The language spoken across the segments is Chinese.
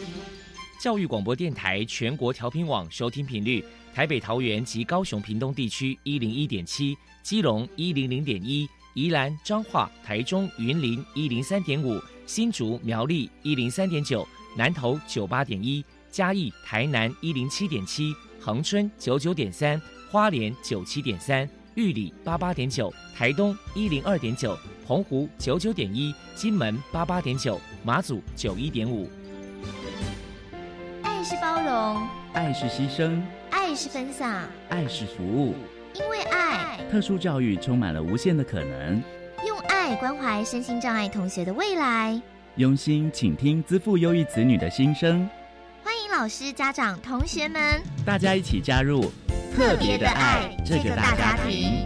教育广播电台全国调频网收听频率：台北、桃园及高雄屏东地区101.7，基隆100.1，宜兰、彰化、台中、云林103.5，新竹、苗栗103.9，南投98.1，嘉义、台南107.7，恒春99.3，花莲97.3，玉里88.9，台东102.9，澎湖99.1，金门88.9，马祖91.5。 爱是包容， 爱是牺牲， 爱是分享， 爱是服务。 因为爱， 特殊教育充满了无限的可能。 用爱关怀身心障碍同学的未来， 用心倾听资赋优异子女的心声。 欢迎老师、家长、同学们， 大家一起加入特别的爱这个大家庭。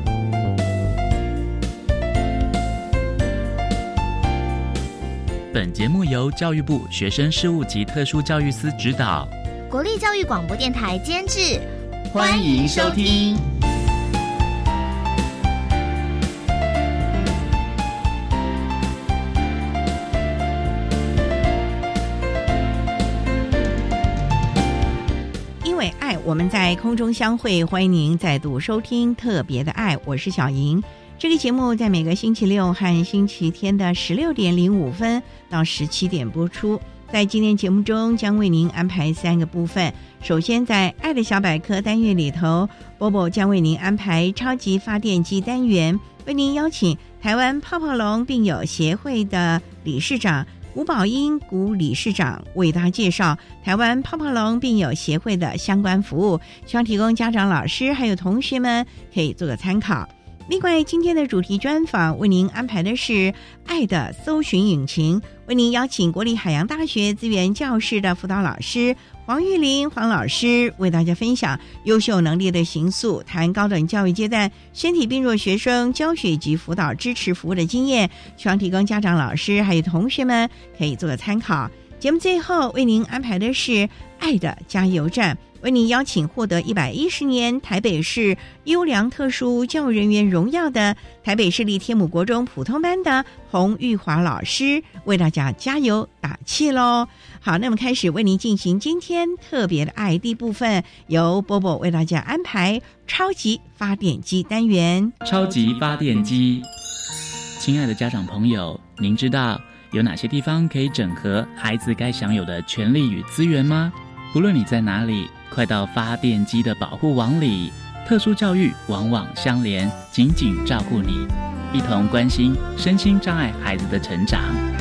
本节目由教育部学生事务及特殊教育司指导， 国立教育广播电台监制。 欢迎收听。 因为爱，我们在空中相会，欢迎您再度收听特别的爱，我是小莹。这个节目在每个星期六和星期天的16点05分到17点播出。在今天节目中将为您安排3个部分。首先在爱的小百科单元里头，波波将为您安排超级发电机单元，为您邀请台湾泡泡龙病友协会的理事长吴宝英古理事长为大家介绍台湾泡泡龙病友协会的相关服务，希望提供家长、老师还有同学们可以做个参考。另外，今天的主题专访为您安排的是爱的搜寻引擎，为您邀请国立海洋大学资源教室的辅导老师黄玉玲黄老师为大家分享优秀能力的形塑，谈高等教育阶段身体病弱学生教学及辅导支持服务的经验，希望提供家长、老师还有同学们可以做个参考。节目最后为您安排的是爱的加油站，为您邀请获得110年台北市优良特殊教育人员荣耀的台北市立天母国中普通班的洪玉华老师为大家加油打气咯。好，那么开始为您进行今天特别的爱第一部分，由波波为大家安排超级发电机单元。 超级发电机，亲爱的家长朋友，您知道有哪些地方可以整合孩子该享有的权利与资源吗？无论你在哪里，快到发电机的保护网里，特殊教育网网相连，紧紧照顾你，一同关心身心障碍孩子的成长。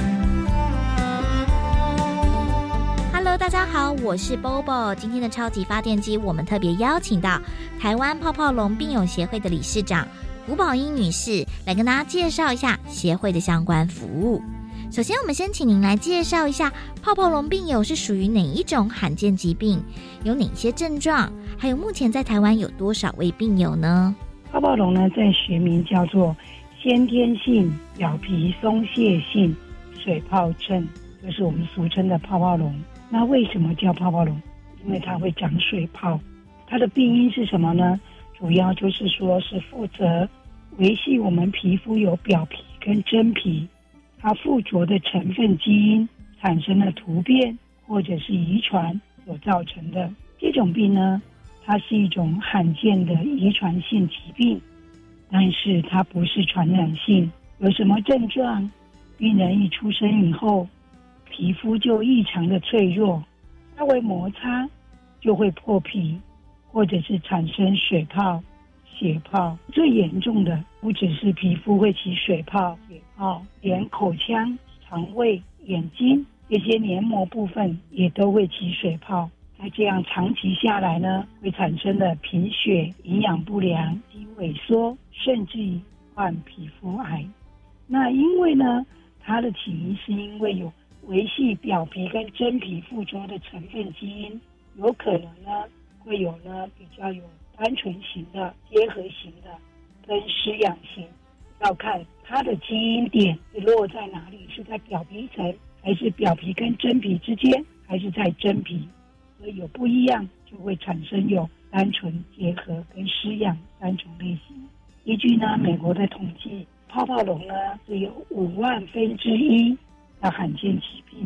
Hello， 大家好，我是 Bobo。今天的超级发电机，我们特别邀请到台湾泡泡龙病友协会的理事长吴宝英女士来跟大家介绍一下协会的相关服务。首先，我们先请您来介绍一下泡泡龙病友是属于哪一种罕见疾病，有哪些症状，还有目前在台湾有多少位病友呢？ 泡泡龙呢，在学名叫做先天性表皮松懈性水泡症，就是我们俗称的泡泡龙。那为什么叫泡泡龙？因为它会长水泡。它的病因是什么呢？主要就是说是负责维系我们皮肤有表皮跟真皮，它附着的成分基因产生了突变或者是遗传所造成的。这种病呢，它是一种罕见的遗传性疾病，但是它不是传染性。有什么症状？病人一出生以后，皮肤就异常的脆弱，稍微摩擦就会破皮，或者是产生水泡、血泡。最严重的不只是皮肤会起水泡、血泡，连口腔、肠胃、眼睛这些黏膜部分也都会起水泡。那这样长期下来呢，会产生的贫血、营养不良、肌萎缩，甚至于患皮肤癌。那因为呢，它的起因是因为有维系表皮跟真皮附着的成分基因，有可能呢会有呢比较有单纯型的、结合型的跟失养型，要看它的基因点是落在哪里，是在表皮层，还是表皮跟真皮之间，还是在真皮，所以有不一样就会产生有单纯、结合跟失养3种类型。依据呢美国的统计，泡泡龙呢是有5万分之1的罕见疾病。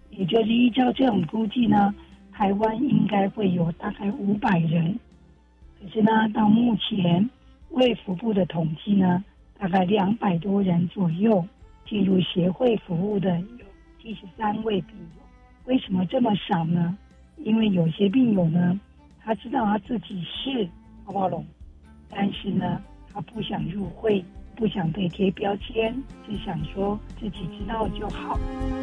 也就是依照这种估计呢，台湾应该会有大概500人。可是呢，到目前卫福部的统计呢，大概200多人左右进入协会服务的有73位病友。为什么这么少呢？因为有些病友呢，他知道他自己是泡泡龙，但是呢，他不想入会，不想被贴标签，只想说自己知道就好。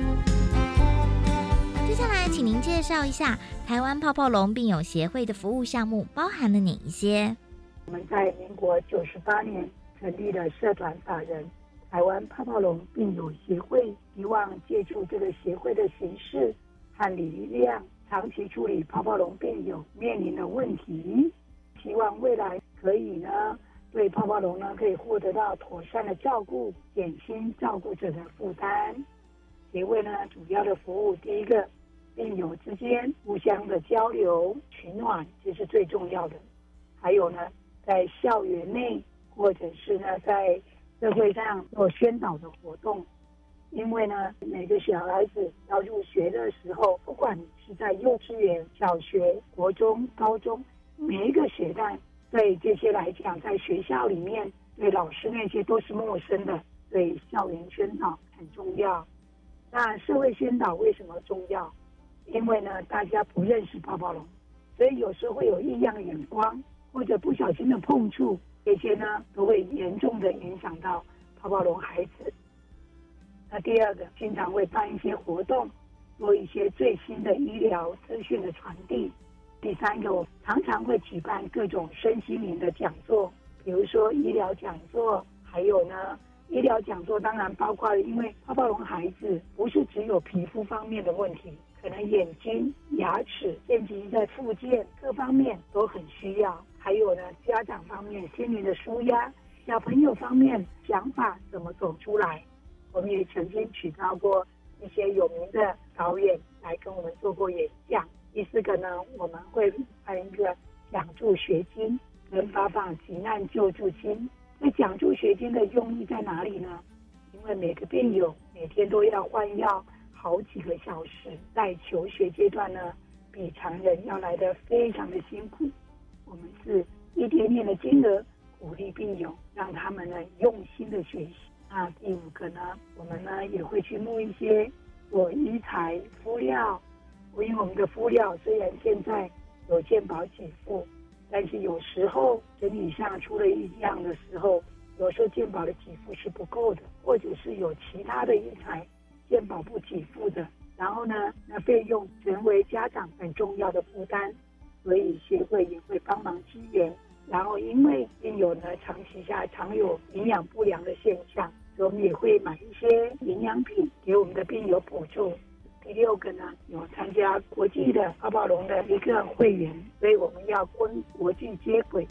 接下来请您介绍一下台湾泡泡龙病友协会的服务项目包含了哪一些？ 我们在民国98年成立了社团法人台湾泡泡龙病友协会，希望借助这个协会的形式和力量，长期处理泡泡龙病友面临的问题，希望未来可以呢，对泡泡龙呢可以获得到妥善的照顾，减轻照顾者的负担。协会呢主要的服务，第一个，病友之间互相的交流取暖，这是最重要的。还有呢，在校园内或者是呢在社会上做宣导的活动。因为呢，每个小孩子要入学的时候，不管你是在幼稚园、小学、国中、高中，每一个学段对这些来讲，在学校里面对老师那些都是陌生的，对校园宣导很重要。那社会宣导为什么重要？因为呢，大家不认识泡泡龙，所以有时候会有异样的眼光，或者不小心的碰触，这些呢都会严重的影响到泡泡龙孩子。那第二个，经常会办一些活动，做一些最新的医疗资讯的传递。第三个，我常常会举办各种身心灵的讲座，比如说医疗讲座，还有呢，医疗讲座当然包括了，因为泡泡龙孩子不是只有皮肤方面的问题，可能眼睛、牙齿，甚至在复健各方面都很需要。还有呢，家长方面心灵的抒压，小朋友方面想法怎么走出来。我们也曾经请到过一些有名的导演来跟我们做过演讲。第四个呢，我们会办一个奖助学金跟发放急难救助金。那奖助学金的用意在哪里呢？因为每个病友每天都要换药好几个小时，在求学阶段呢，比常人要来得非常的辛苦。我们是一点点的金额鼓励病友，让他们呢用心的学习。那第五个呢，我们呢也会去募一些做医材敷料，因为我们的敷料虽然现在有健保给付，但是有时候整体上出了异样的时候，有时候健保的给付是不够的，或者是有其他的医材健保不给付的，然后呢，那费用成为家长很重要的负担，所以协会也会帮忙支援。然后因为病友呢长期下常有营养不良的现象，所以我们也会买一些营养品给我们的病友补助。第六个呢，有参加国际的泡泡龙的一个会员，所以我们要跟国际接轨。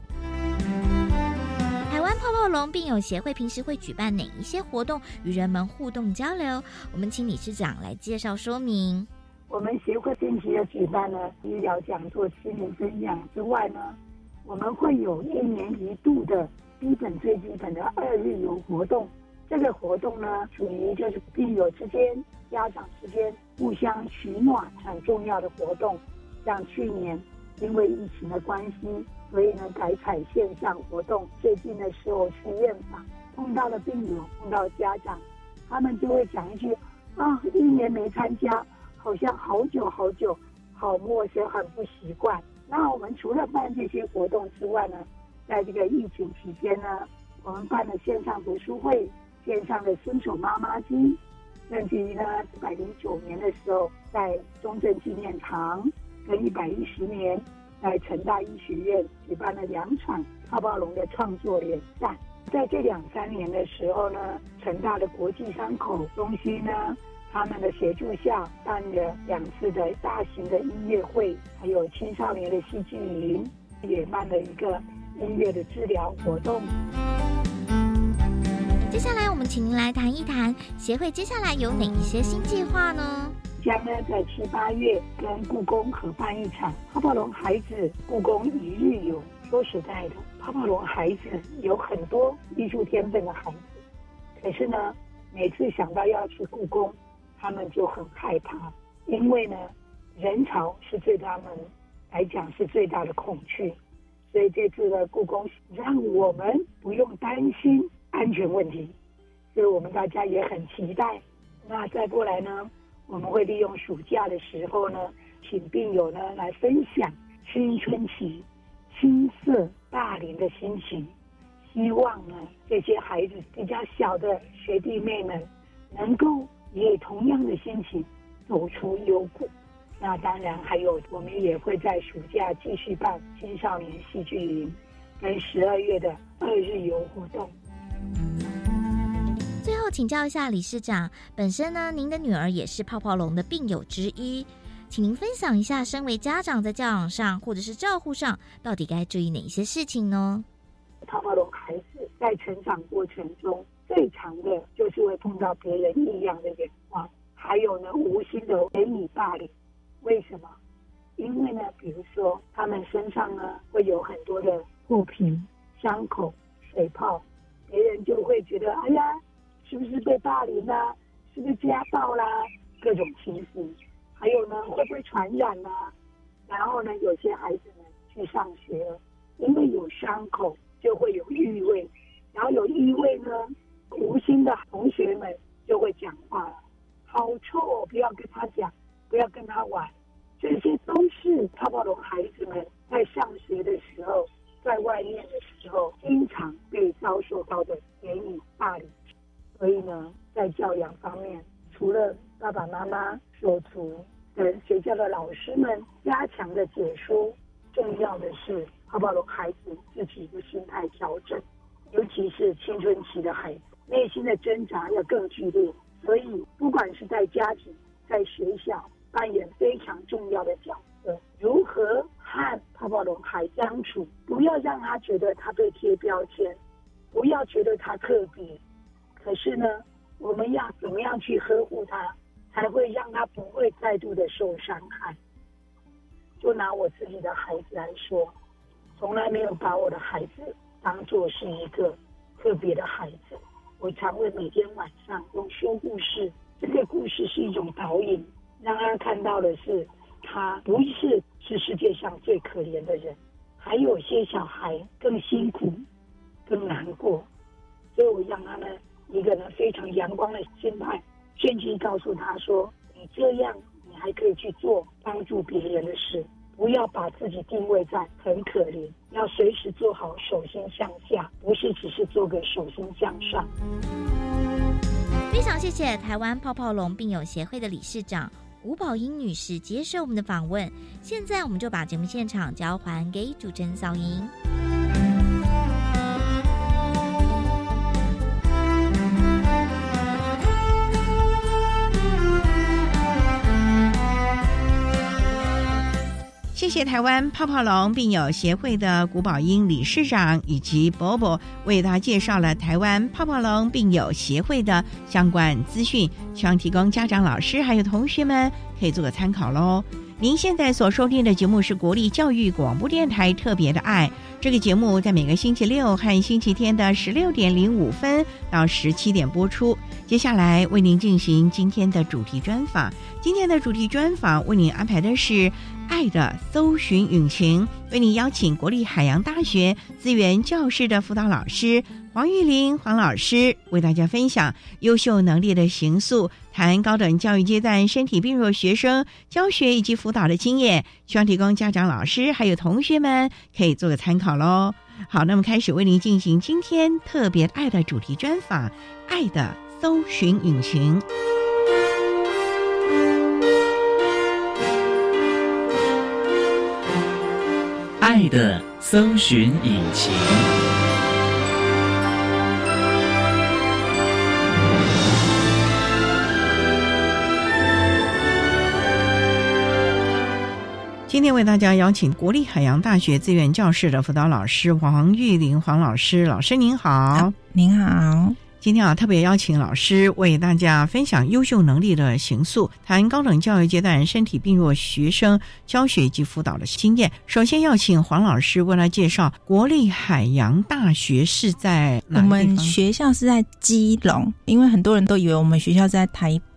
台湾泡泡龙病友协会平时会举办哪一些活动与人们互动交流？我们请理事长来介绍说明。 我们协会定期的举办了医疗讲座、心灵分享之外呢，我们会有1年1度的最基本的2日游活动。这个活动呢，属于就是病友之间、家长之间互相取暖很重要的活动。像去年因为疫情的关系，所以呢改采线上活动。最近的时候去院访，碰到了病友，碰到家长，他们就会讲一句1年没参加，好像好久好陌生，很不习惯。那我们除了办这些活动之外呢，在这个疫情期间呢，我们办了线上读书会、线上的新手妈妈经，甚至于呢109年的时候，在中正纪念堂跟110年在成大医学院举办了2场泡泡龙的创作联赛。在这2-3年的时候呢，成大的国际伤口中心呢，他们的协助下办了2次的大型的音乐会，还有青少年的戏剧营，也办了一个音乐的治疗活动。 接下来我们请您来谈一谈协会接下来有哪一些新计划呢？ 将呢在7、8月跟故宫合办一场泡泡龙孩子故宫一日游。说实在的，泡泡龙孩子有很多艺术天分的孩子，可是呢，每次想到要去故宫， 他们就很害怕，因为呢，人潮是对他们来讲是最大的恐惧。所以这次的故宫让我们不用担心安全问题，所以我们大家也很期待。那再过来呢，我们会利用暑假的时候呢，请病友呢来分享青春期青涩大龄的心情，希望呢这些孩子比较小的学弟妹们能够也以同样的心情走出幽谷。那当然还有，我们也会在暑假继续办青少年戏剧营跟12月的2日游活动。 最后请教一下理事长，本身呢您的女儿也是泡泡龙的病友之一，请您分享一下身为家长在教养上或者是照护上到底该注意哪些事情呢？ 泡泡龙孩子在成长过程中最常的就是会碰到别人异样的眼光，还有呢无心的言语霸凌。为什么？因为呢，比如说他们身上呢会有很多的破皮、伤口、水泡，别人就会觉得哎呀，是不是被霸凌啦？是不是家暴啦？各种歧视。还有呢，会不会传染啦？然后呢，有些孩子呢去上学了，因为有伤口就会有异味，然后有异味呢，无心的同学们就会讲话了，好臭哦，不要跟他讲，不要跟他玩。这些都是泡泡龙孩子们在上学的时候，在外面的时候经常被遭受到的言语霸凌。所以呢，在教养方面，除了爸爸妈妈所图跟学校的老师们加强的解说，重要的是泡泡龙孩子自己的心态调整，尤其是青春期的孩子，内心的挣扎要更剧烈。所以不管是在家庭在学校扮演非常重要的角色，如何和泡泡龙孩相处，不要让他觉得他被贴标签，不要觉得他特别，可是呢，我们要怎么样去呵护他，才会让他不会再度的受伤害。就拿我自己的孩子来说，从来没有把我的孩子当作是一个特别的孩子，我常会每天晚上用说故事，这个故事是一种导引，让他看到的是他不是世界上最可怜的人，还有些小孩更辛苦更难过。所以我让他呢一个呢非常阳光的心态，甚至告诉他说，你这样你还可以去做帮助别人的事，不要把自己定位在很可怜，要随时做好手心向下，不是只是做个手心向上。 非常谢谢台湾泡泡龙病友协会的理事长吴宝英女士接受我们的访问。现在我们就把节目现场交还给主持人小莹。 谢谢台湾泡泡龙病友协会的古宝英理事长以及伯伯为大家介绍了台湾泡泡龙病友协会的相关资讯，希望提供家长老师还有同学们可以做个参考咯。您现在所收听的节目是国立教育广播电台特别的爱，这个节目在每个星期六和星期天的16点05分到17点播出。接下来为您进行今天的主题专访，今天的主题专访为您安排的是爱的搜寻引擎，为您邀请国立海洋大学资源教室的辅导老师黄玉玲黄老师为大家分享优秀能力的形塑，谈高等教育阶段身体病弱学生教学以及辅导的经验，希望提供家长老师还有同学们可以做个参考咯。好，那么开始为您进行今天特别爱的主题专访，爱的搜寻引擎。 爱的搜寻引擎。 今天为大家邀请国立海洋大学资源教室的辅导老师黄玉玲黄老师，老师您好。 您好。 今天特别邀请老师为大家分享优秀能力的形塑，谈高等教育阶段身体病弱学生教学及辅导的经验。首先要请黄老师为来介绍国立海洋大学是在哪个地方？ 我们学校是在基隆，因为很多人都以为我们学校在台北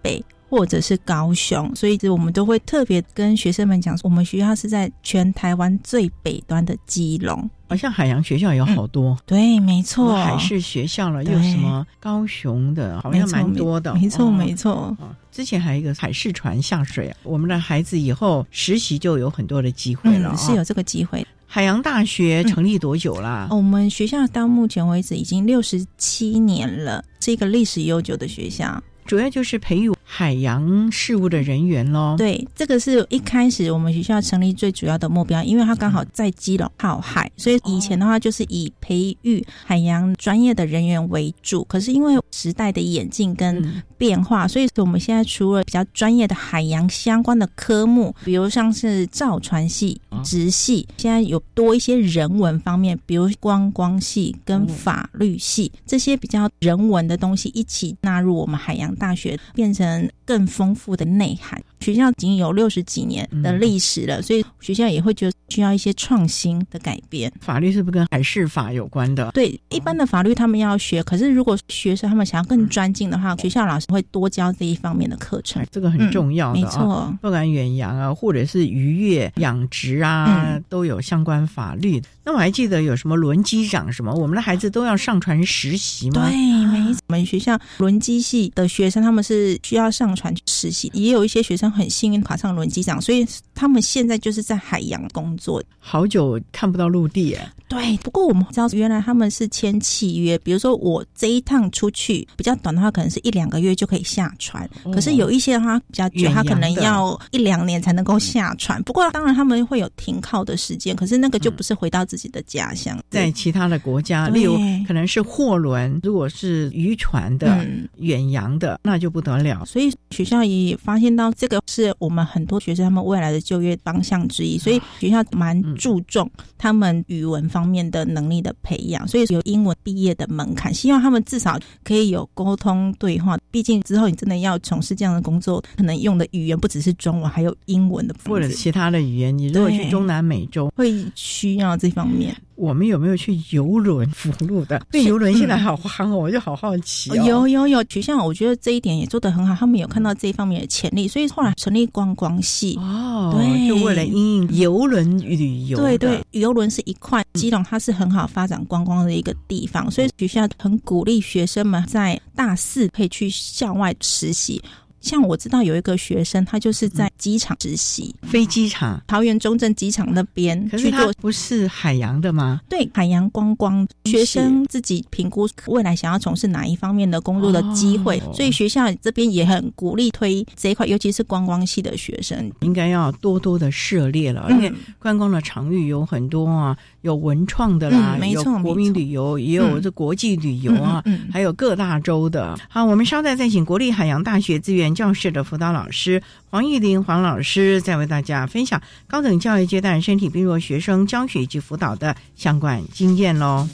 或者是高雄，所以我们都会特别跟学生们讲，我们学校是在全台湾最北端的基隆。 好像海洋学校有好多， 对，没错， 海事学校了，又有什么高雄的，好像蛮多的， 没错没错。 之前还有一个海事船下水，我们的孩子以后实习就有很多的机会了， 是有这个机会。 海洋大学成立多久啦？ 我们学校到目前为止已经67年了，是一个历史悠久的学校。 主要就是培育海洋事务的人员咯。 对，这个是一开始我们学校成立最主要的目标，因为它刚好在基隆靠海，所以以前的话就是以培育海洋专业的人员为主。可是因为时代的演进跟变化，所以我们现在除了比较专业的海洋相关的科目，比如像是造船系、直系，现在有多一些人文方面，比如观光系跟法律系，这些比较人文的东西一起纳入我们海洋大学，变成更丰富的内涵。学校已经有60几年的历史了，所以学校也会觉得需要一些创新的改变。 法律是不是跟海事法有关的？ 对，一般的法律他们要学，可是如果学生他们想要更专精的话，学校老师会多教这一方面的课程， 这个很重要的， 没错。 不管远洋啊，或者是渔业、养殖啊，都有相关法律。那我还记得有什么轮机长什么，我们的孩子都要上船实习吗？ 对，没错。我们学校轮机系的学生他们是需要上船实习，也有一些学生很幸运考上轮机长，所以他们现在就是在海洋工作。 好久看不到陆地耶。 对，不过我们知道原来他们是签契约，比如说我这一趟出去比较短的话可能是1-2个月就可以下船，可是有一些的话比较久，他可能要1-2年才能够下船。不过当然他们会有停靠的时间，可是那个就不是回到自己的家乡， 在其他的国家，例如可能是货轮，如果是渔船的、远洋的，那就不得了。 所以学校也发现到这个是我们很多学生他们未来的就业方向之一，所以学校蛮注重他们语文方面的能力的培养，所以有英文毕业的门槛，希望他们至少可以有沟通对话，毕竟之后你真的要从事这样的工作，可能用的语言不只是中文，还有英文的或者其他的语言，你如果去中南美洲会需要这方面。 我们有没有去游轮服务的？对，游轮现在好夯哦，我就好好奇哦。 有，学校我觉得这一点也做得很好，他们有看到这一方面的潜力，所以后来成立观光系。对， 就为了因应游轮旅游。 对，游轮是一块，基隆它是很好发展观光的一个地方，所以学校很鼓励学生们在大4可以去校外实习。像我知道有一个学生，他就是在机场实习， 飞机场， 桃园中正机场那边去做。可是他不是海洋的吗？ 对，海洋观光，学生自己评估未来想要从事哪一方面的工作的机会，所以学校这边也很鼓励推这一块，尤其是观光系的学生， 应该要多多的涉猎了。因为观光的场域有很多啊，有文创的啦， 没错， 有国民旅游，也有这国际旅游啊，还有各大洲的。好，我们稍待再请国立海洋大学资源教室的辅导老师黄玉玲黄老师，再为大家分享高等教育阶段身体病弱学生教学及辅导的相关经验咯。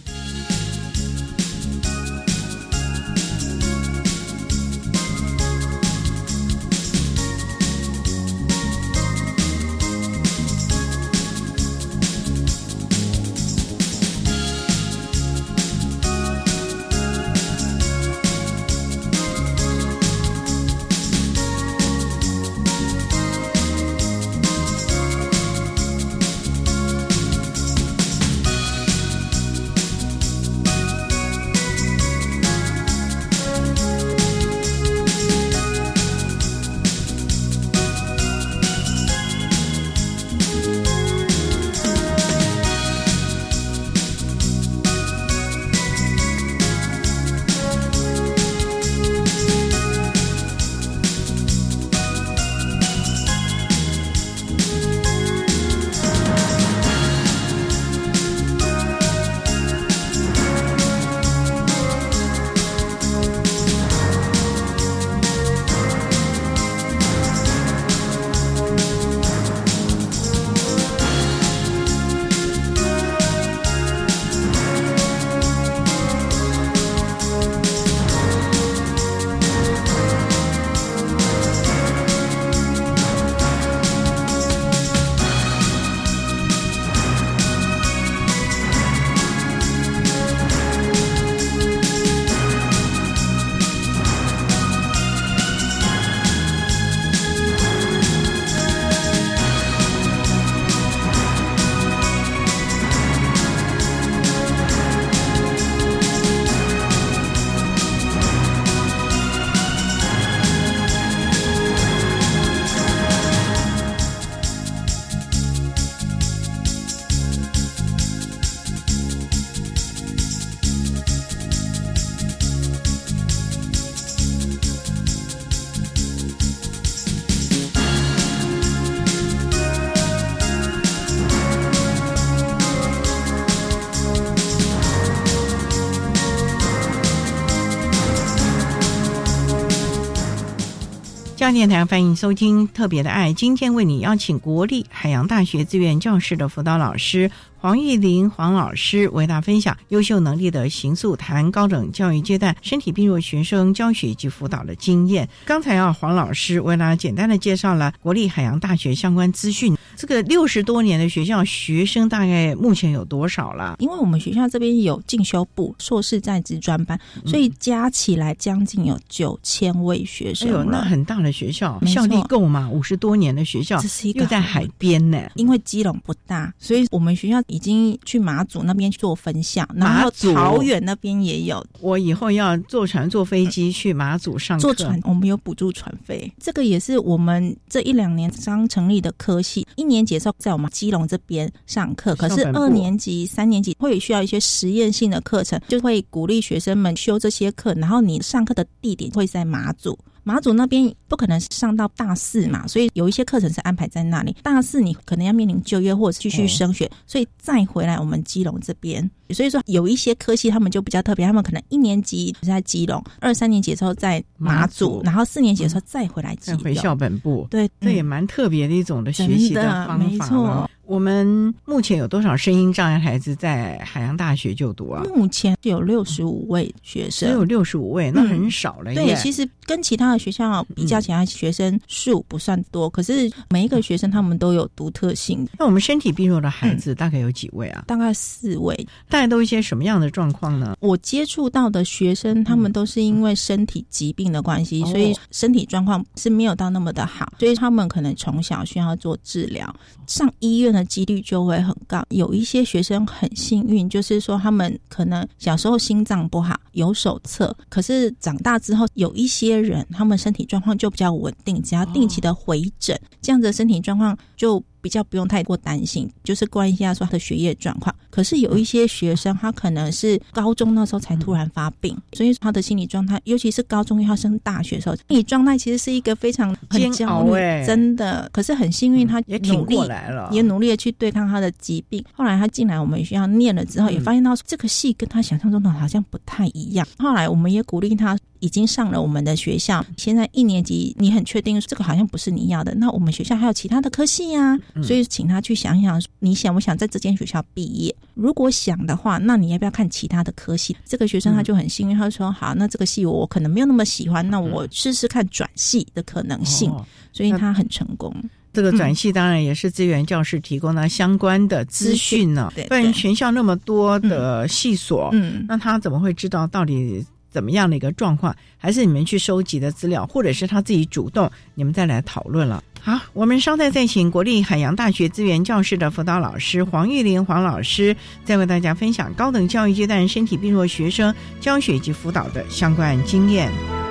嘉电台欢迎收听特别的爱，今天为你邀请国立海洋大学资源教室的辅导老师黄玉玲黄老师为大家分享优秀能力的形塑，谈高等教育阶段身体病弱学生教学以及辅导的经验。刚才黄老师为大家简单的介绍了国立海洋大学相关资讯。这个60多年的学校，学生大概目前有多少了？ 因为我们学校这边有进修部、硕士在职专班，所以加起来将近有9000位学生了。 那很大的学校，效力够吗？50多年的学校， 这是一个又在海边呢。 因为基隆不大，所以我们学校已经去马祖那边做分校，然后桃园那边也有。 我以后要坐船坐飞机去马祖上课。 坐船我们有补助船费，这个也是我们这1-2年刚成立的科系。1年级的时候在我们基隆这边上课，可是2年级、3年级会需要一些实验性的课程，就会鼓励学生们修这些课，然后你上课的地点会在马祖。马祖那边不可能上到大4嘛，所以有一些课程是安排在那里。大4你可能要面临就业或者继续升学，所以再回来我们基隆这边。所以说有一些科系他们就比较特别，他们可能1年级在基隆，2、3年级的时候在马祖，然后4年级的时候再回来基隆， 再回校本部。 对， 这也蛮特别的一种的学习的方法。 没错。 我们目前有多少声音障碍孩子在海洋大学就读啊？ 目前有65位学生， 只有65位，那很少了耶。 对，其实跟其他的学校比较起来，学生数不算多，可是每一个学生他们都有独特性。 那我们身体病弱的孩子大概有几位啊？ 大概4位。 大概都一些什么样的状况呢？ 我接触到的学生，他们都是因为身体疾病的关系，所以身体状况是没有到那么的好，所以他们可能从小需要做治疗，上医院的几率就会很高。有一些学生很幸运，就是说他们可能小时候心脏不好，有手册，可是长大之后有一些人他们身体状况就比较稳定，只要定期的回诊，这样子的身体状况就比较不用太过担心，就是关一下说他的学业状况。可是有一些学生他可能是高中那时候才突然发病，所以他的心理状态，尤其是高中要升大学的时候，心理状态其实是一个非常很焦虑，真的。可是很幸运他也挺过来了， 也努力的去对抗他的疾病。后来他进来我们学校念了之后，也发现到这个系跟他想象中的好像不太一样。后来我们也鼓励他，已经上了我们的学校，现在1年级你很确定这个好像不是你要的，那我们学校还有其他的科系啊，所以请他去想一想，你想不想在这间学校毕业？如果想的话，那你要不要看其他的科系？这个学生他就很幸运，他说好，那这个系我可能没有那么喜欢，那我试试看转系的可能性，所以他很成功。 这个转系当然也是资源教室提供的相关的资讯呢，不然全校那么多的系所，那他怎么会知道到底怎么样的一个状况？还是你们去收集的资料，或者是他自己主动，你们再来讨论了。好，我们稍待再请国立海洋大学资源教室的辅导老师黄玉玲黄老师，再为大家分享高等教育阶段身体病弱学生教学及辅导的相关经验。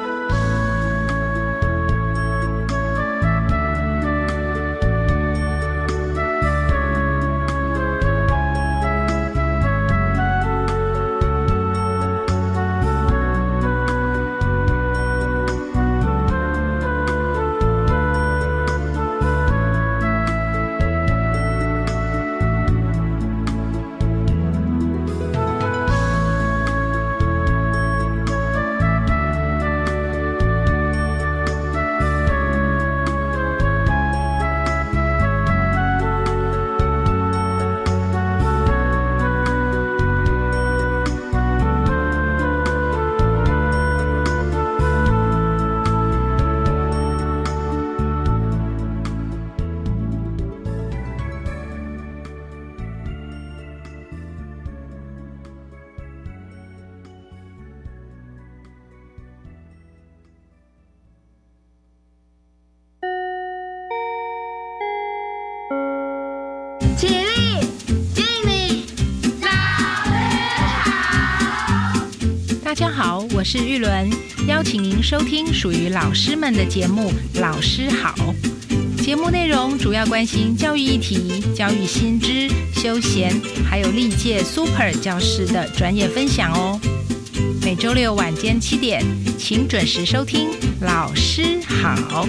起立，敬礼，老师好。大家好，我是玉伦，邀请您收听属于老师们的节目《老师好》。节目内容主要关心教育议题、教育新知、休闲，还有历届 Super 教师的专业分享哦。每周六晚间7点，请准时收听《老师好》。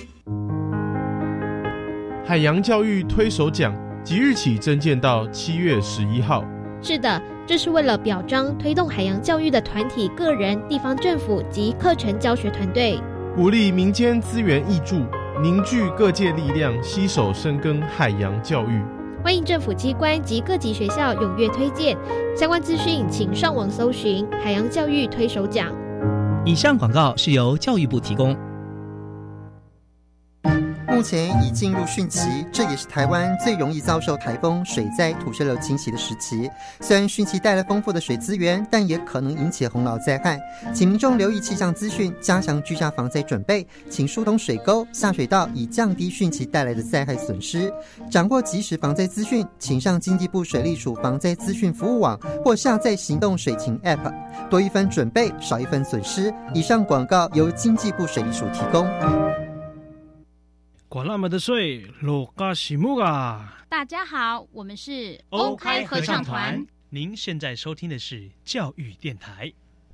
海洋教育推手奖即日起征件到7月11号。 是的，这是为了表彰推动海洋教育的团体、个人、地方政府及课程教学团队。 鼓励民间资源挹注，凝聚各界力量，携手深耕海洋教育。 欢迎政府机关及各级学校踊跃推荐，相关资讯请上网搜寻海洋教育推手奖。 以上广告是由教育部提供。 目前已进入汛期，这也是台湾最容易遭受台风、水灾、土石流侵袭的时期。虽然汛期带来丰富的水资源，但也可能引起洪涝灾害，请民众留意气象资讯，加强居家防灾准备，请疏通水沟、下水道，以降低汛期带来的灾害损失。掌握即时防灾资讯，请上经济部水利署防灾资讯服务网或下载行动水情 App， 多一分准备，少一分损失。以上广告由经济部水利署提供。 管那么的水，落嘎西木啊！ 大家好，我们是欧开合唱团。您现在收听的是教育电台。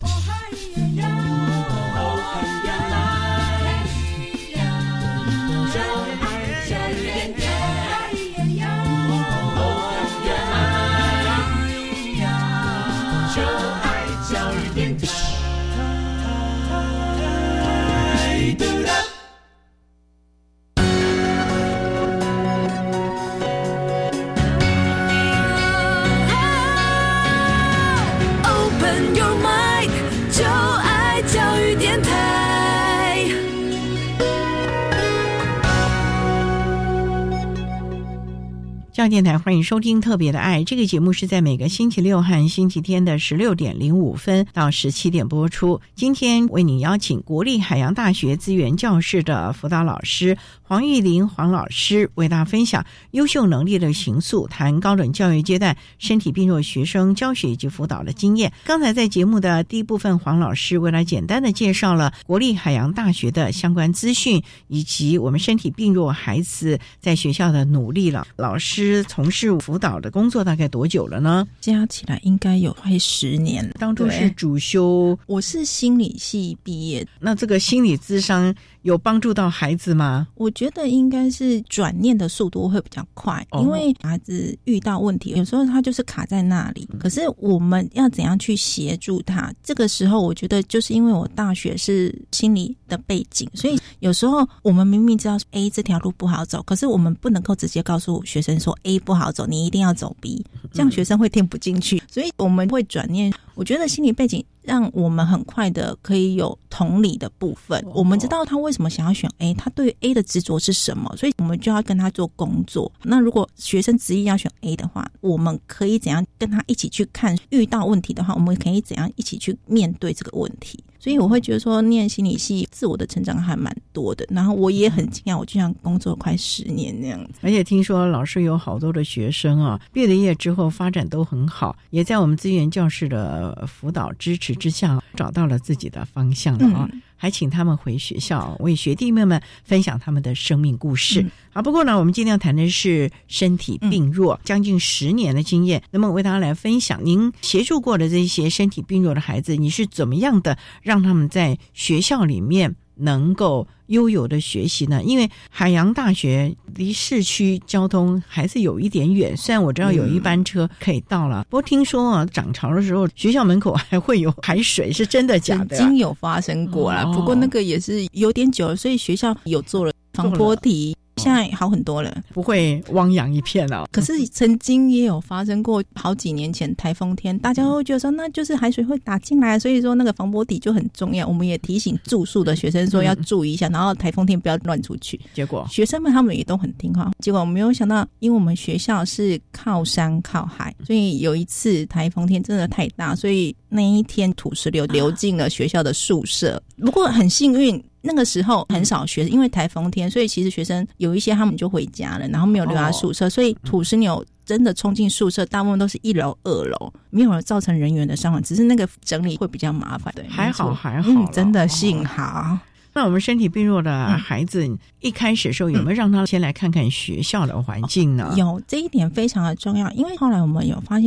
教育电台欢迎收听特别的爱，这个节目是在每个星期六和星期天的16点05分到17点播出。今天为你邀请国立海洋大学资源教室的辅导老师黄玉玲黄老师，为大家分享优秀能力的形塑，谈高等教育阶段身体病弱学生教学以及辅导的经验。刚才在节目的第一部分，黄老师为了简单的介绍了国立海洋大学的相关资讯，以及我们身体病弱孩子在学校的努力了。老师从事辅导的工作大概多久了呢？ 加起来应该有快10年了。 当初是主修， 我是心理系毕业。 那这个心理咨商有帮助到孩子吗？ 我觉得应该是转念的速度会比较快，因为孩子遇到问题，有时候他就是卡在那里，可是我们要怎样去协助他？这个时候我觉得就是因为我大学是心理的背景，所以有时候我们明明知道 A 这条路不好走，可是我们不能够直接告诉学生说 A 不好走，你一定要走 B， 这样学生会听不进去，所以我们会转念。我觉得心理背景让我们很快的可以有同理的部分，我们知道他为什么想要选 A， 他对 A 的执着是什么，所以我们就要跟他做工作。那如果学生执意要选 A 的话，我们可以怎样跟他一起去看，遇到问题的话我们可以怎样一起去面对这个问题。所以我会觉得说念心理系自我的成长还蛮多的，然后我也很惊讶，我居然工作快10年那样子。 而且听说老师有好多的学生啊，毕了业之后发展都很好，也在我们资源教室的辅导支持之下找到了自己的方向了啊。还请他们回学校为学弟妹们分享他们的生命故事。好，不过呢，我们今天要谈的是身体病弱，将近10年的经验，能不能为大家来分享您协助过的这些身体病弱的孩子，你是怎么样的让他们在学校里面能够悠游的学习呢？因为海洋大学离市区交通还是有一点远，虽然我知道有一班车可以到了，不过听说啊，涨潮的时候学校门口还会有海水，是真的假的？ 曾经有发生过啦，不过那个也是有点久了，所以学校有做了防波堤，现在好很多了， 不会汪洋一片哦。 可是曾经也有发生过，好几年前台风天，大家会觉得说那就是海水会打进来，所以说那个防波堤就很重要。我们也提醒住宿的学生说要注意一下，然后台风天不要乱出去。 结果学生们他们也都很听话。结果我没有想到，因为我们学校是靠山靠海，所以有一次台风天真的太大，所以那一天土石流流进了学校的宿舍。不过很幸运，那个时候很少学生，因为台风天，所以其实学生有一些他们就回家了，然后没有留在宿舍，所以土石流真的冲进宿舍，大部分都是1楼2楼，没有造成人员的伤亡，只是那个整理会比较麻烦。对， 还好还好， 真的幸好。 那我们身体病弱的孩子，一开始的时候有没有让他先来看看学校的环境呢？ 有，这一点非常的重要，因为后来我们有发现到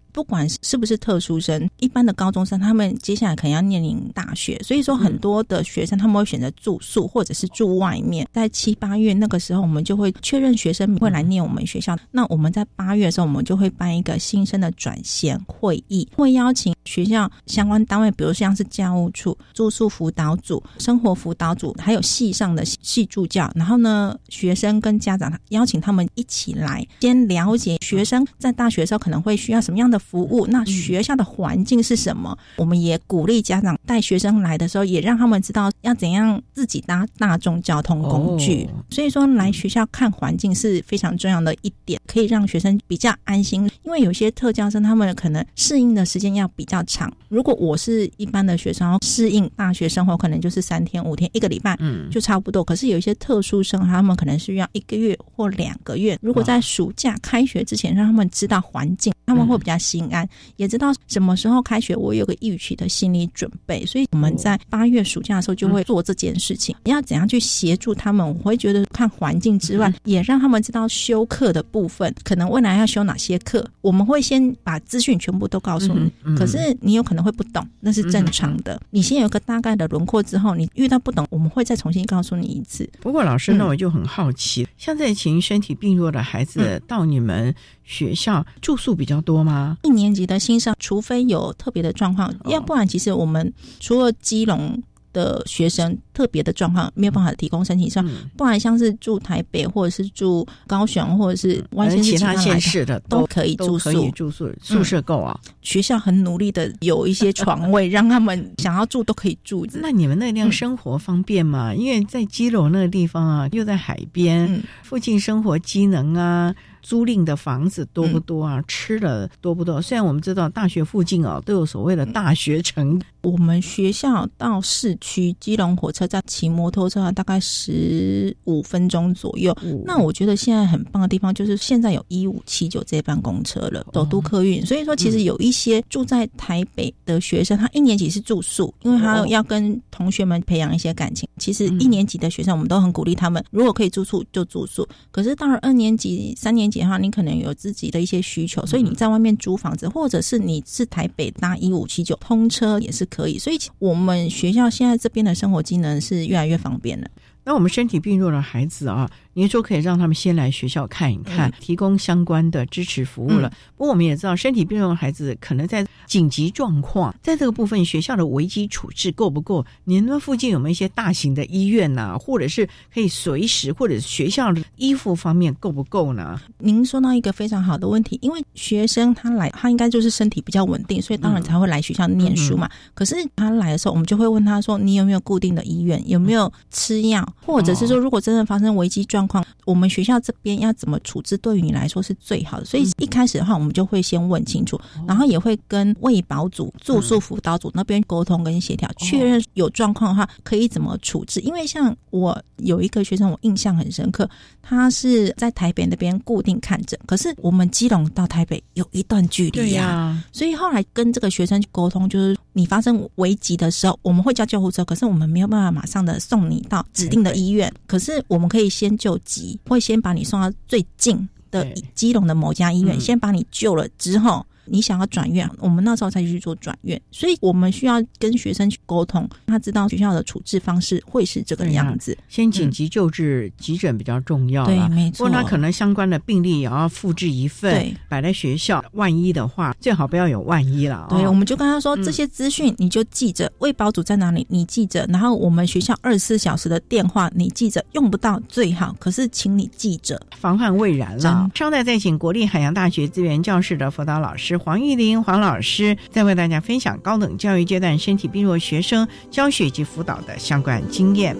不管是不是特殊生，一般的高中生他们接下来可能要面临大学，所以说很多的学生他们会选择住宿或者是住外面。在7、8月那个时候，我们就会确认学生会来念我们学校。那我们在8月的时候，我们就会办一个新生的转衔会议，会邀请学校相关单位，比如像是教务处、住宿辅导组、生活辅导组，还有系上的系助教，然后呢，学生跟家长邀请他们一起来，先了解学生在大学的时候可能会需要什么样的服务，那学校的环境是什么。我们也鼓励家长带学生来的时候，也让他们知道要怎样自己搭大众交通工具。所以说来学校看环境是非常重要的一点，可以让学生比较安心。因为有些特教生他们可能适应的时间要比较长，如果我是一般的学生适应大学生活可能就是3天5天1个礼拜就差不多，可是有一些特殊生他们可能需要1个月或2个月。如果在暑假开学之前让他们知道环境，他们会比较心安，也知道什么时候开学，我有个预期的心理准备。所以我们在8月暑假的时候就会做这件事情，要怎样去协助他们。我会觉得看环境之外，也让他们知道修课的部分，可能未来要修哪些课，我们会先把资讯全部都告诉你，可是你有可能会不懂，那是正常的。你先有个大概的轮廓之后，你遇到不懂，我们会再重新告诉你一次。 不过老师，那我就很好奇，像这群身体病弱的孩子到你们学校住宿比较多吗？1 年级的新生，除非有特别的状况，要不然其实我们除了基隆的学生特别的状况没有办法提供申请上，不然像是住台北或者是住高雄或者是外县市其他县市的都可以住宿， 宿舍够啊。 学校很努力的有一些床位让他们想要住都可以住。 那你们那地方生活方便吗？因为在基隆那个地方啊，又在海边，附近生活机能啊，租赁的房子多不多啊？吃的多不多？虽然我们知道大学附近都有所谓的大学城， 我们学校到市区基隆火车站骑摩托车大概15分钟左右。那我觉得现在很棒的地方就是现在有1579这班公车了，首都客运。所以说其实有一些住在台北的学生，他1年级是住宿，因为他要跟同学们培养一些感情。其实1年级的学生我们都很鼓励他们，如果可以住宿就住宿。可是到了2年级3年级的话，你可能有自己的一些需求，所以你在外面租房子，或者是你是台北搭1579通车也是可以。所以我们学校现在这边的生活机能是越来越方便了。 那我们身体病弱的孩子啊，您说可以让他们先来学校看一看，提供相关的支持服务了。不过我们也知道，身体病弱的孩子可能在紧急状况，在这个部分学校的危机处置够不够？您们附近有没有一些大型的医院啊，或者是可以随时，或者是学校的医护方面够不够呢？ 您说到一个非常好的问题，因为学生他来，他应该就是身体比较稳定，所以当然才会来学校念书嘛。可是他来的时候，我们就会问他说，你有没有固定的医院，有没有吃药，或者是说如果真的发生危机状况，我们学校这边要怎么处置对于你来说是最好的。所以一开始的话我们就会先问清楚，然后也会跟卫保组、住宿辅导组那边沟通跟协调，确认有状况的话可以怎么处置。因为像我有一个学生我印象很深刻，他是在台北那边固定看诊，可是我们基隆到台北有一段距离所以后来跟这个学生沟通，就是你发生危急的时候我们会叫救护车，可是我们没有办法马上的送你到指定的医院，可是我们可以先救急，会先把你送到最近的基隆的某家医院，先把你救了之后，你想要转院，我们那时候才去做转院。所以我们需要跟学生去沟通，他知道学校的处置方式会是这个样子。 先紧急救治，急诊比较重要。 对，没错。 不过他可能相关的病例也要复制一份，摆在学校，万一的话最好不要有万一了。 对，我们就跟他说，这些资讯你就记着，卫保组在哪里你记着，然后我们学校24小时的电话你记着，用不到最好，可是请你记着， 防患未然了。稍待再请国立海洋大学资源教室的辅导老师黄玉玲黄老师再为大家分享高等教育阶段身体病弱学生教学及辅导的相关经验。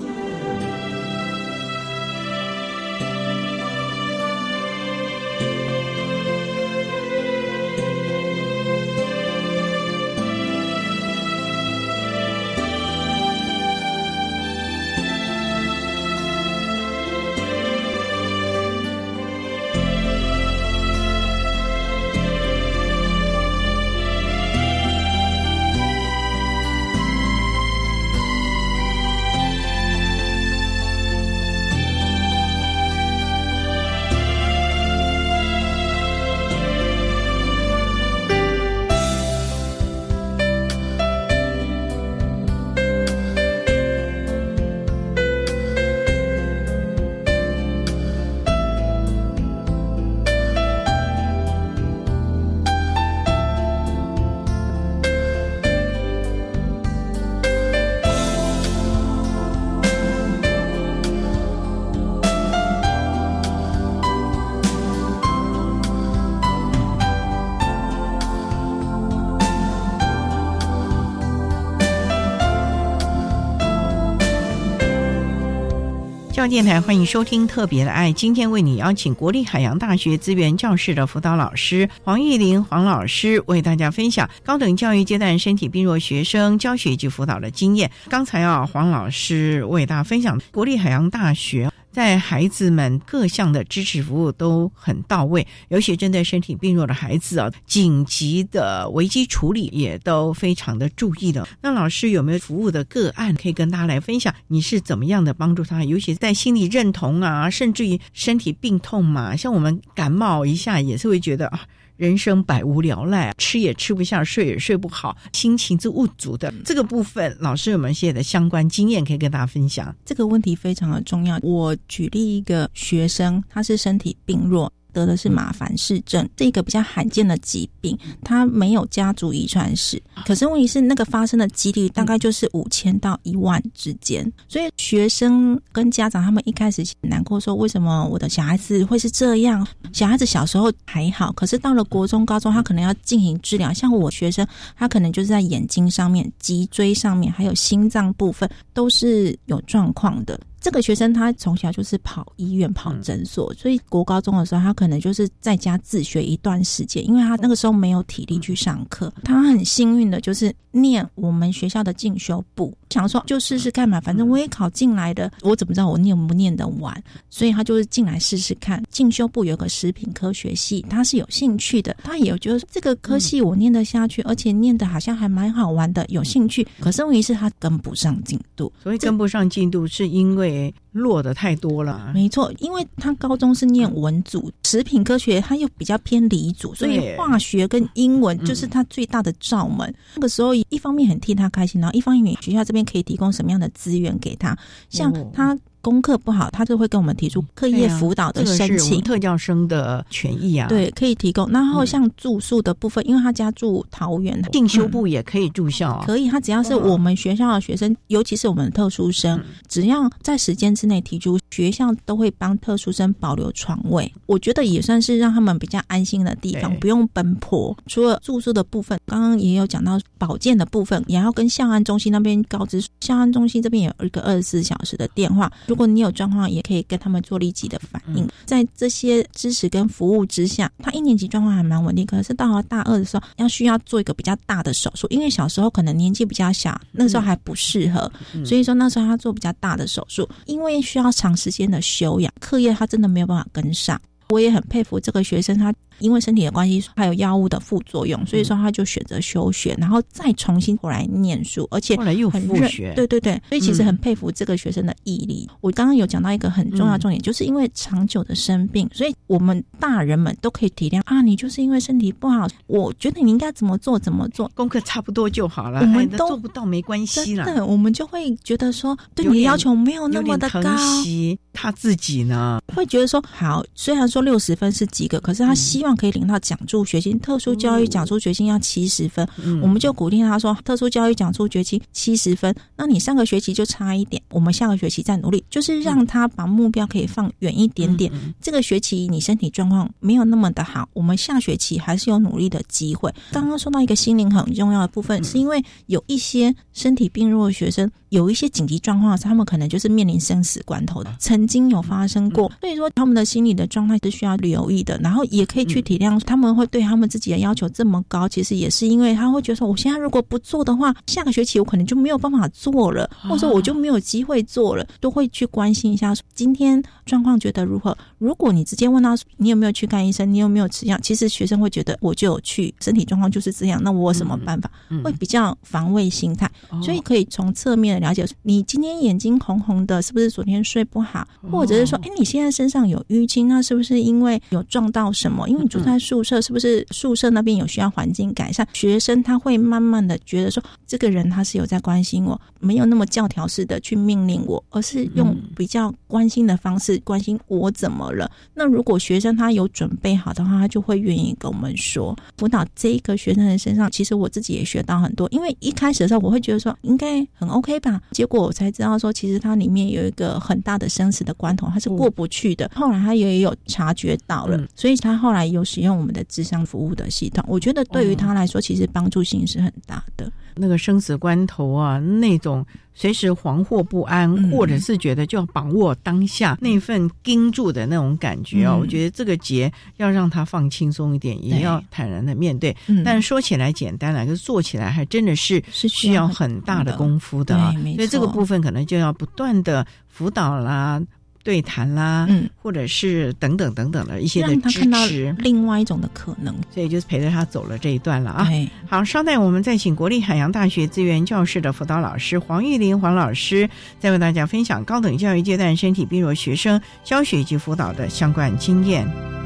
电台，欢迎收听特别的爱。今天为你邀请国立海洋大学资源教室的辅导老师黄玉玲黄老师，为大家分享高等教育阶段身体病弱学生教学及辅导的经验。刚才黄老师为大家分享国立海洋大学在孩子们各项的支持服务都很到位，尤其针对身体病弱的孩子紧急的危机处理也都非常的注意的。那老师有没有服务的个案可以跟大家来分享？你是怎么样的帮助他？尤其在心理认同啊，甚至于身体病痛嘛，像我们感冒一下也是会觉得人生百无聊赖，吃也吃不下，睡也睡不好，心情是无足的。这个部分老师有没有一些的相关经验可以跟大家分享？ 这个问题非常的重要。我举例一个学生，他是身体病弱，得的是马凡氏症，这一个比较罕见的疾病，它没有家族遗传史，可是问题是那个发生的几率大概就是5000到1万之间。所以学生跟家长他们一开始难过说，为什么我的小孩子会是这样？小孩子小时候还好，可是到了国中高中他可能要进行治疗，像我学生他可能就是在眼睛上面、脊椎上面还有心脏部分都是有状况的。这个学生他从小就是跑医院跑诊所，所以国高中的时候他可能就是在家自学一段时间，因为他那个时候没有体力去上课。他很幸运的就是念我们学校的进修部，想说就试试看嘛，反正我也考进来的，我怎么知道我念不念得完，所以他就是进来试试看。进修部有个食品科学系，他是有兴趣的，他也有觉得这个科系我念得下去，而且念得好像还蛮好玩的，有兴趣。可是问题是他跟不上进度， 所以跟不上进度是因为落的太多了。 没错，因为他高中是念文组，食品科学他又比较偏理组，所以化学跟英文就是他最大的罩门。那个时候一方面很替他开心，然后一方面学校这边可以提供什么样的资源给他，像他功课不好，他就会跟我们提出课业辅导的申请， 这个是我们特教生的权益啊。 对，可以提供。然后像住宿的部分，因为他家住桃园， 进修部也可以住校可以。他只要是我们学校的学生，尤其是我们的特殊生，只要在时间之内提出，学校都会帮特殊生保留床位。我觉得也算是让他们比较安心的地方，不用奔波。除了住宿的部分，刚刚也有讲到保健的部分，也要跟校安中心那边告知，校安中心这边有一个24小时的电话，如果你有状况也可以跟他们做立即的反应。在这些支持跟服务之下，他1年级状况还蛮稳定，可是到了大2的时候需要做一个比较大的手术，因为小时候可能年纪比较小，那时候还不适合，所以说那时候他做比较大的手术，因为需要长时间的休养，课业他真的没有办法跟上。我也很佩服这个学生，他因为身体的关系还有药物的副作用，所以说他就选择休学，然后再重新回来念书，而且后来又复学。 对对对，所以其实很佩服这个学生的毅力。我刚刚有讲到一个很重要的重点，就是因为长久的生病，所以我们大人们都可以体谅啊，你就是因为身体不好，我觉得你应该怎么做怎么做， 功课差不多就好了， 我们都做不到没关系啦。 真的，我们就会觉得说对你的要求没有那么的高。 有点疼惜他自己呢， 会觉得说好，虽然说60分是及格，可是他希望可以领到奖助学金，特殊教育奖助学金要70分，我们就鼓励他说特殊教育奖助学金70分，那你上个学期就差一点，我们下个学期再努力，就是让他把目标可以放远一点点。这个学期你身体状况没有那么的好，我们下学期还是有努力的机会。刚刚说到一个心灵很重要的部分，是因为有一些身体病弱的学生，有一些紧急状况，他们可能就是面临生死关头的，曾经有发生过，所以说他们的心理的状态是需要留意的，然后也可以去体谅他们会对他们自己的要求这么高，其实也是因为他会觉得说，我现在如果不做的话，下个学期我可能就没有办法做了，或者说我就没有机会做了，都会去关心一下今天状况觉得如何。如果你直接问他你有没有去看医生，你有没有吃药，其实学生会觉得我就有去，身体状况就是这样，那我有什么办法，会比较防卫心态。所以可以从侧面的了解，你今天眼睛红红的，是不是昨天睡不好，或者是说你现在身上有淤青，那是不是因为有撞到什么，因为你住在宿舍，是不是宿舍那边有需要环境改善。学生他会慢慢的觉得说，这个人他是有在关心我，没有那么教条式的去命令我，而是用比较关心的方式关心我怎么了。那如果学生他有准备好的话，他就会愿意跟我们说。辅导这一个学生的身上，其实我自己也学到很多，因为一开始的时候我会觉得说应该很 OK 吧，结果我才知道说其实他里面有一个很大的生死的关头，他是过不去的。后来他也有察觉到了，所以他后来有使用我们的諮商服务的系统，我觉得对于他来说其实帮助性是很大的。 那个生死关头啊，那种随时惶惑不安，或者是觉得就要把握当下那份盯住的那种感觉我觉得这个节要让他放轻松一点，也要坦然的面对。但说起来简单了，可是做起来还真的是需要很大的功夫的所以这个部分可能就要不断的辅导啦、对谈啦，或者是等等等等的一些的支持，让他看到另外一种的可能， 所以就是陪着他走了这一段了好，稍待我们再请国立海洋大学资源教室的辅导老师黄玉玲黄老师，再为大家分享高等教育阶段身体病弱学生教学及辅导的相关经验。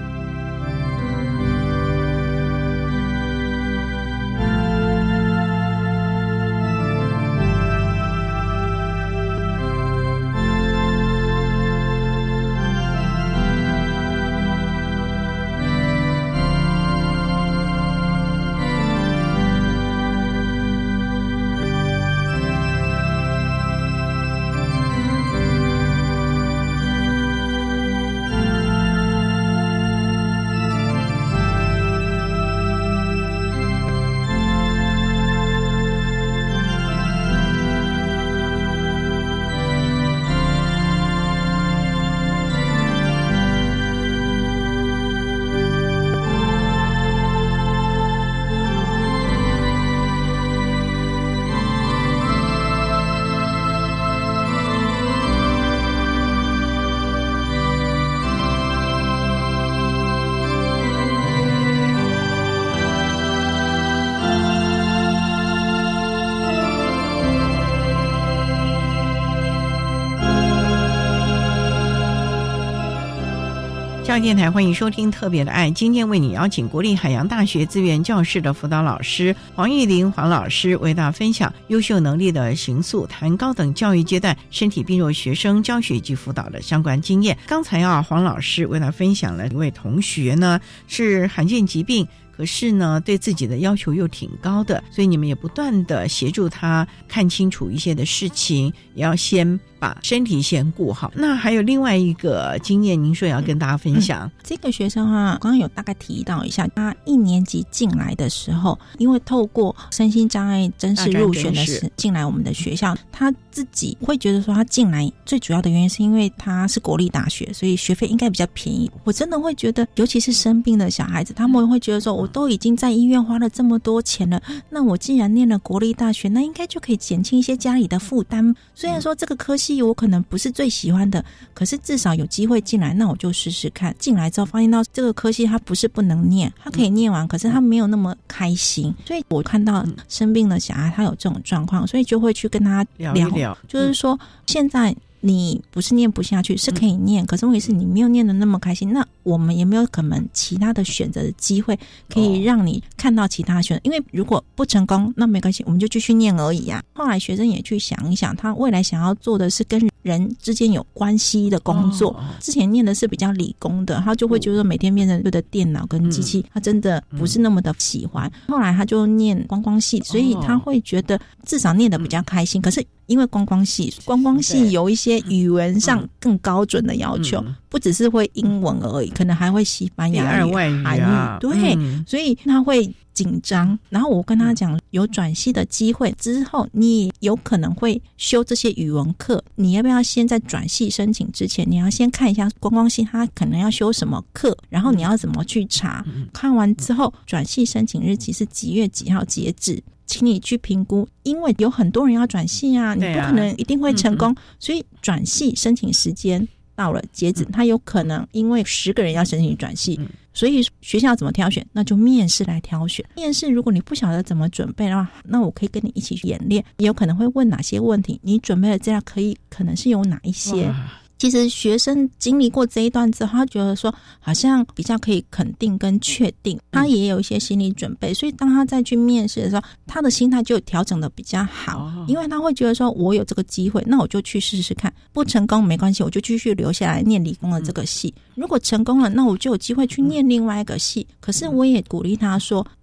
教育电台欢迎收听特别的爱，今天为你邀请国立海洋大学资源教室的辅导老师黄玉玲黄老师为大家分享优秀能力的形塑，谈高等教育阶段身体病弱学生教学及辅导的相关经验。刚才黄老师为大家分享了一位同学呢是罕见疾病，可是呢对自己的要求又挺高的，所以你们也不断的协助他看清楚一些的事情，也要先把身体先顾好。那还有另外一个经验您说也要跟大家分享这个学生刚刚有大概提到一下，他1年级进来的时候，因为透过身心障碍甄试入选的时进来我们的学校，他自己会觉得说他进来最主要的原因是因为他是国立大学，所以学费应该比较便宜。我真的会觉得尤其是生病的小孩子，他们会觉得说我都已经在医院花了这么多钱了，那我既然念了国立大学，那应该就可以减轻一些家里的负担。虽然说这个科系我可能不是最喜欢的，可是至少有机会进来，那我就试试看。进来之后发现到这个科系他不是不能念，他可以念完，可是他没有那么开心。所以我看到生病的小孩他有这种状况，所以就会去跟他聊一聊，就是说现在你不是念不下去，是可以念，可是问题是你没有念得那么开心，那我们也没有可能其他的选择的机会可以让你看到其他选择，因为如果不成功那没关系，我们就继续念而已啊。后来学生也去想一想，他未来想要做的是跟人之间有关系的工作，之前念的是比较理工的，他就会觉得每天变成的电脑跟机器，他真的不是那么的喜欢。后来他就念观光系，所以他会觉得至少念得比较开心，可是因为观光系有一些语文上更高准的要求，不只是会英文而已，可能还会西班牙语、韩语，对，所以他会紧张。然后我跟他讲，有转系的机会之后，你有可能会修这些语文课，你要不要先在转系申请之前，你要先看一下观光系他可能要修什么课，然后你要怎么去查，看完之后转系申请日期是几月几号截止，请你去评估，因为有很多人要转系啊，你不可能一定会成功，所以转系申请时间到了截止，他有可能因为10个人要申请转系，所以学校怎么挑选，那就面试来挑选。面试如果你不晓得怎么准备的话，那我可以跟你一起去演练，也有可能会问哪些问题，你准备的资料可能是有哪一些。其实学生经历过这一段之后，他觉得说好像比较可以肯定跟确定，他也有一些心理准备，所以当他再去面试的时候，他的心态就调整的比较好，因为他会觉得说我有这个机会，那我就去试试看，不成功没关系，我就继续留下来念理工的这个系，如果成功了，那我就有机会去念另外一个系。可是我也鼓励他说，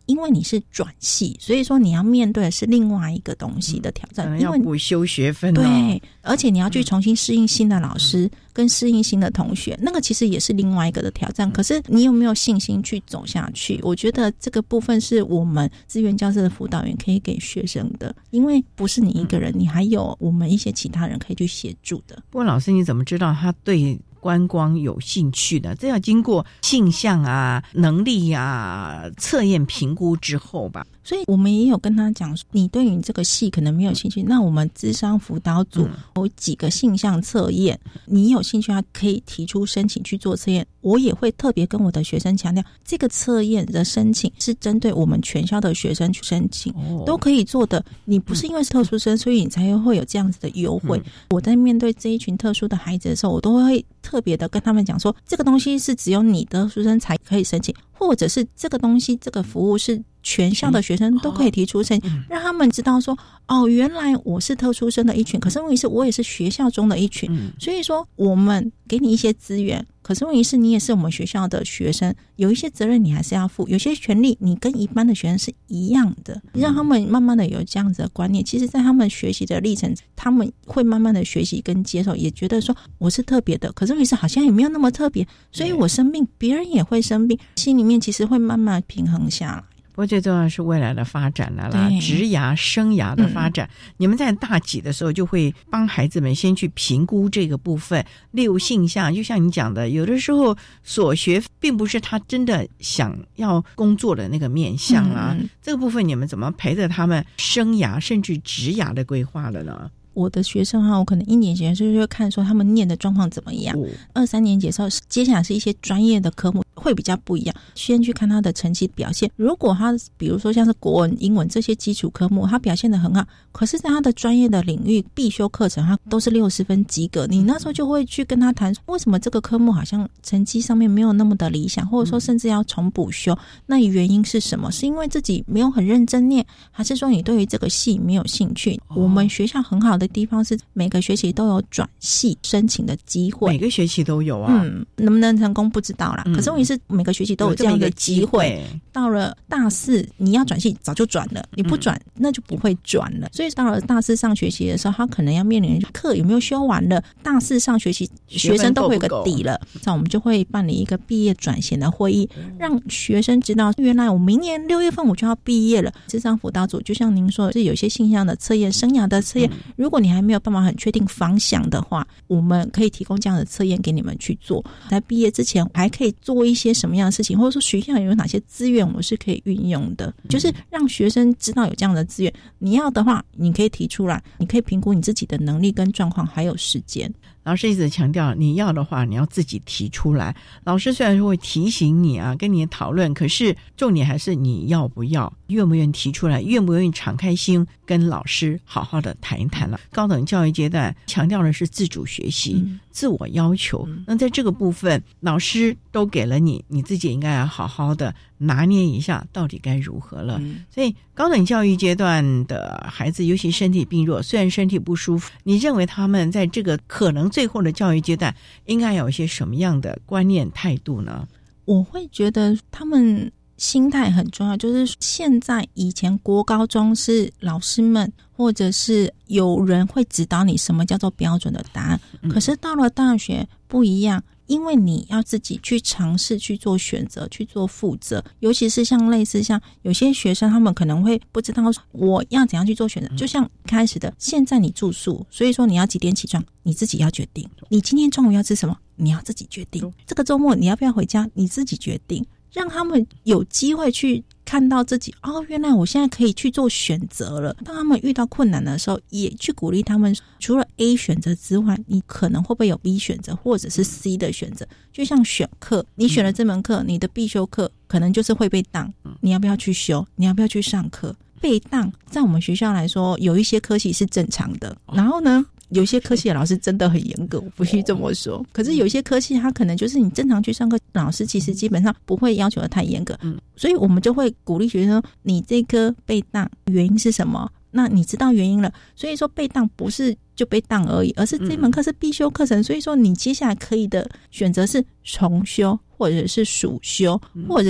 因为你是转系，所以说你要面对的是另外一个东西的挑战， 可能要补修学分对，而且你要去重新适应新的老师跟适应新的同学，那个其实也是另外一个的挑战。可是你有没有信心去走下去？我觉得这个部分是我们资源教室的辅导员可以给学生的，因为不是你一个人，你还有我们一些其他人可以去协助的。 不过老师，你怎么知道他对观光有兴趣的？这要经过性向啊、能力啊测验评估之后吧。 所以我们也有跟他讲，你对于这个系可能没有兴趣，那我们諮商辅导组有几个性向测验，你有兴趣他可以提出申请去做测验。我也会特别跟我的学生强调，这个测验的申请是针对我们全校的学生去申请，都可以做的。你不是因为是特殊生所以你才会有这样子的优惠。我在面对这一群特殊的孩子的时候，我都会特别的跟他们讲说，这个东西是只有你的特殊生才可以申请，或者是这个东西这个服务是全校的学生都可以提出申请，让他们知道说，哦，原来我是特殊生的一群，可是问题是我也是学校中的一群，所以说我们给你一些资源，可是问题是你也是我们学校的学生，有一些责任你还是要负，有些权利你跟一般的学生是一样的，让他们慢慢的有这样子的观念。其实在他们学习的历程，他们会慢慢的学习跟接受，也觉得说我是特别的，可是问题是好像也没有那么特别，所以我生病别人也会生病，心里面其实会慢慢平衡下来。 不过最重要的是未来的发展了啦，职涯生涯的发展，你们在大几的时候就会帮孩子们先去评估这个部分，例如性向，就像你讲的，有的时候所学并不是他真的想要工作的那个面向啦，这个部分你们怎么陪着他们生涯甚至职涯的规划了呢？ 我的学生我可能1年级的时候就会看说他们念的状况怎么样，2、3年级的时候接下来是一些专业的科目会比较不一样，先去看他的成绩表现。如果他比如说像是国文、英文这些基础科目他表现得很好，可是在他的专业的领域必修课程他都是60分及格，你那时候就会去跟他谈为什么这个科目好像成绩上面没有那么的理想，或者说甚至要重补修，那原因是什么？是因为自己没有很认真念，还是说你对于这个系没有兴趣？我们学校很好的地方是每个学期都有转系申请的机会， 每个学期都有啊， 能不能成功不知道啦，可是问题是每个学期都有这样一个机会，到了大4你要转系早就转了，你不转那就不会转了，所以到了大4上学期的时候，他可能要面临课有没有修完了，大4上学期学生都会有个底了，那我们就会办理一个毕业转衔的会议，让学生知道原来我明年6月份我就要毕业了。諮商辅导组就像您说的是有些性向的测验、生涯的测验，如果你还没有办法很确定方向的话，我们可以提供这样的测验给你们去做，在毕业之前还可以做一些什么样的事情，或者说学校有哪些资源我是可以运用的，就是让学生知道有这样的资源，你要的话你可以提出来，你可以评估你自己的能力跟状况还有时间。 老师一直强调你要的话你要自己提出来，老师虽然说会提醒你啊，跟你讨论，可是重点还是你要不要，愿不愿意提出来，愿不愿意敞开心跟老师好好的谈一谈了。高等教育阶段强调的是自主学习，自我要求，那在这个部分老师都给了你，你自己应该要好好的拿捏一下到底该如何了。所以高等教育阶段的孩子尤其身体病弱，虽然身体不舒服，你认为他们在这个可能最后的教育阶段应该有一些什么样的观念态度呢？ 我会觉得他们心态很重要，就是现在以前国高中是老师们或者是有人会指导你什么叫做标准的答案，可是到了大学不一样，因为你要自己去尝试去做选择，去做负责，尤其是像类似像有些学生他们可能会不知道我要怎样去做选择，就像开始的现在你住宿，所以说你要几点起床你自己要决定，你今天中午要吃什么你要自己决定，这个周末你要不要回家你自己决定，让他们有机会去看到自己原来我现在可以去做选择了。当他们遇到困难的时候也去鼓励他们，除了 A 选择之外你可能会不会有 B 选择或者是 C 的选择，就像选课，你选了这门课你的必修课可能就是会被当，你要不要去修，你要不要去上课。被当在我们学校来说有一些科系是正常的，然后呢有些科系的老师真的很严格，我不需这么说，可是有些科系他可能就是你正常去上课，老师其实基本上不会要求的太严格，所以我们就会鼓励学生你这科被当原因是什么，那你知道原因了，所以说被当不是就被当而已，而是这门课是必修课程，所以说你接下来可以的选择是重修或者是暑修，或者是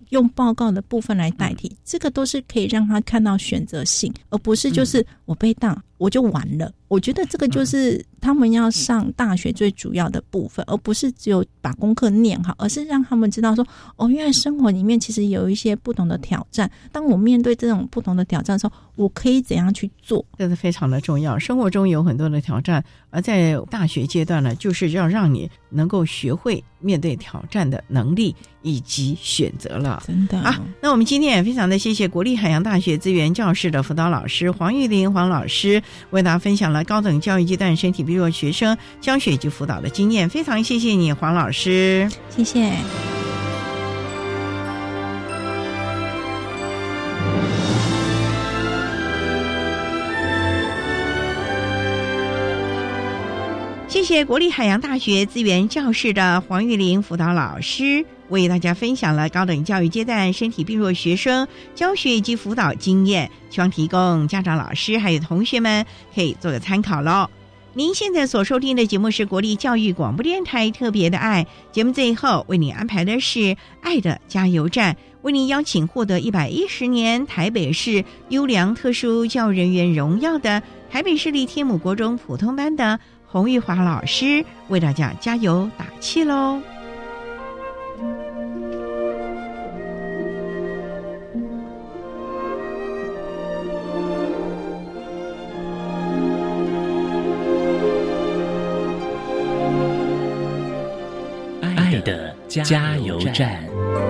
用报告的部分来代替，这个都是可以让他看到选择性，而不是就是我被当我就完了。我觉得这个就是他们要上大学最主要的部分，而不是只有把功课念好，而是让他们知道说原来生活里面其实有一些不同的挑战，当我面对这种不同的挑战的时候，我可以怎样去做， 这是非常的重要。生活中有很多的挑战，而在大学阶段呢，就是要让你能够学会面对挑战的能力以及选择了。 真的啊！ 那我们今天也非常的谢谢国立海洋大学资源教室的辅导老师黄玉玲黄老师，为大家分享了高等教育阶段身体疲弱学生教学及辅导的经验，非常谢谢你黄老师。 谢谢。 谢谢国立海洋大学资源教室的黄玉玲辅导老师，为大家分享了高等教育阶段身体病弱学生教学以及辅导经验，希望提供家长老师还有同学们可以做个参考咯。您现在所收听的节目是国立教育广播电台特别的爱节目，最后为您安排的是爱的加油站，为您邀请获得110年台北市优良特殊教育人员荣耀的台北市立天母国中普通班的洪玉华老师，为大家加油打气咯。 爱的加油站。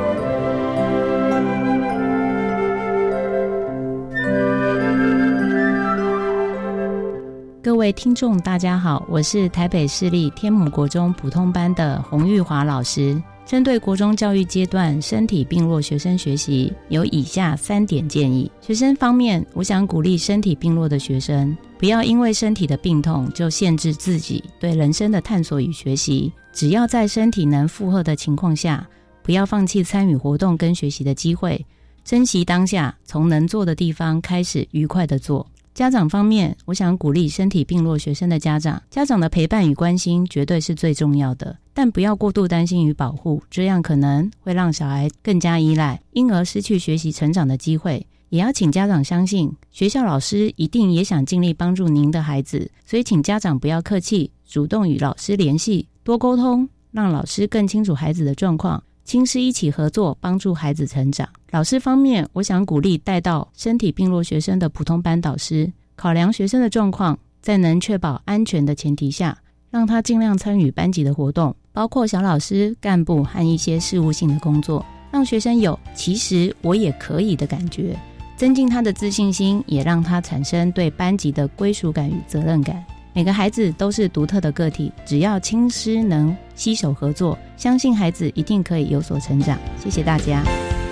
各位听众大家好，我是台北市立天母国中普通班的洪玉华老师。针对国中教育阶段身体病弱学生学习，有以下3点建议。学生方面，我想鼓励身体病弱的学生，不要因为身体的病痛就限制自己对人生的探索与学习，只要在身体能负荷的情况下，不要放弃参与活动跟学习的机会，珍惜当下，从能做的地方开始愉快地做。家长方面，我想鼓励身体病弱学生的家长的陪伴与关心绝对是最重要的，但不要过度担心与保护，这样可能会让小孩更加依赖，因而失去学习成长的机会。也要请家长相信，学校老师一定也想尽力帮助您的孩子，所以请家长不要客气，主动与老师联系，多沟通，让老师更清楚孩子的状况，亲师一起合作，帮助孩子成长。老师方面，我想鼓励带到身体病弱学生的普通班导师，考量学生的状况，在能确保安全的前提下，让他尽量参与班级的活动，包括小老师、干部和一些事务性的工作，让学生有其实我也可以的感觉，增进他的自信心，也让他产生对班级的归属感与责任感。每个孩子都是独特的个体，只要亲师能携手合作，相信孩子一定可以有所成长。谢谢大家。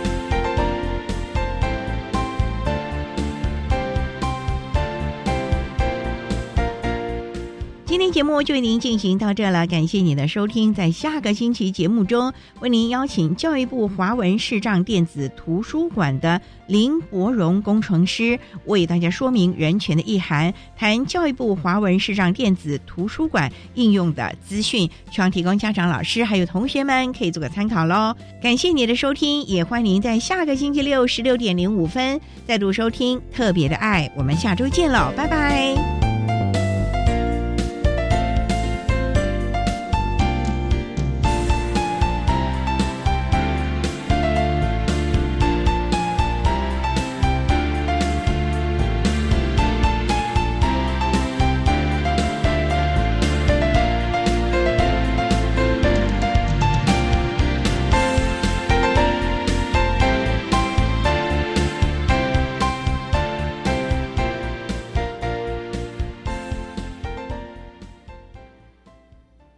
今天节目就为您进行到这了，感谢您的收听。在下个星期节目中，为您邀请教育部华文视障电子图书馆的林柏荣工程师，为大家说明人权的意涵，谈教育部华文视障电子图书馆应用的资讯，希望提供家长、老师还有同学们可以做个参考咯。感谢您的收听，也欢迎您在下个星期六16点05分再度收听特别的爱，我们下周见了，拜拜。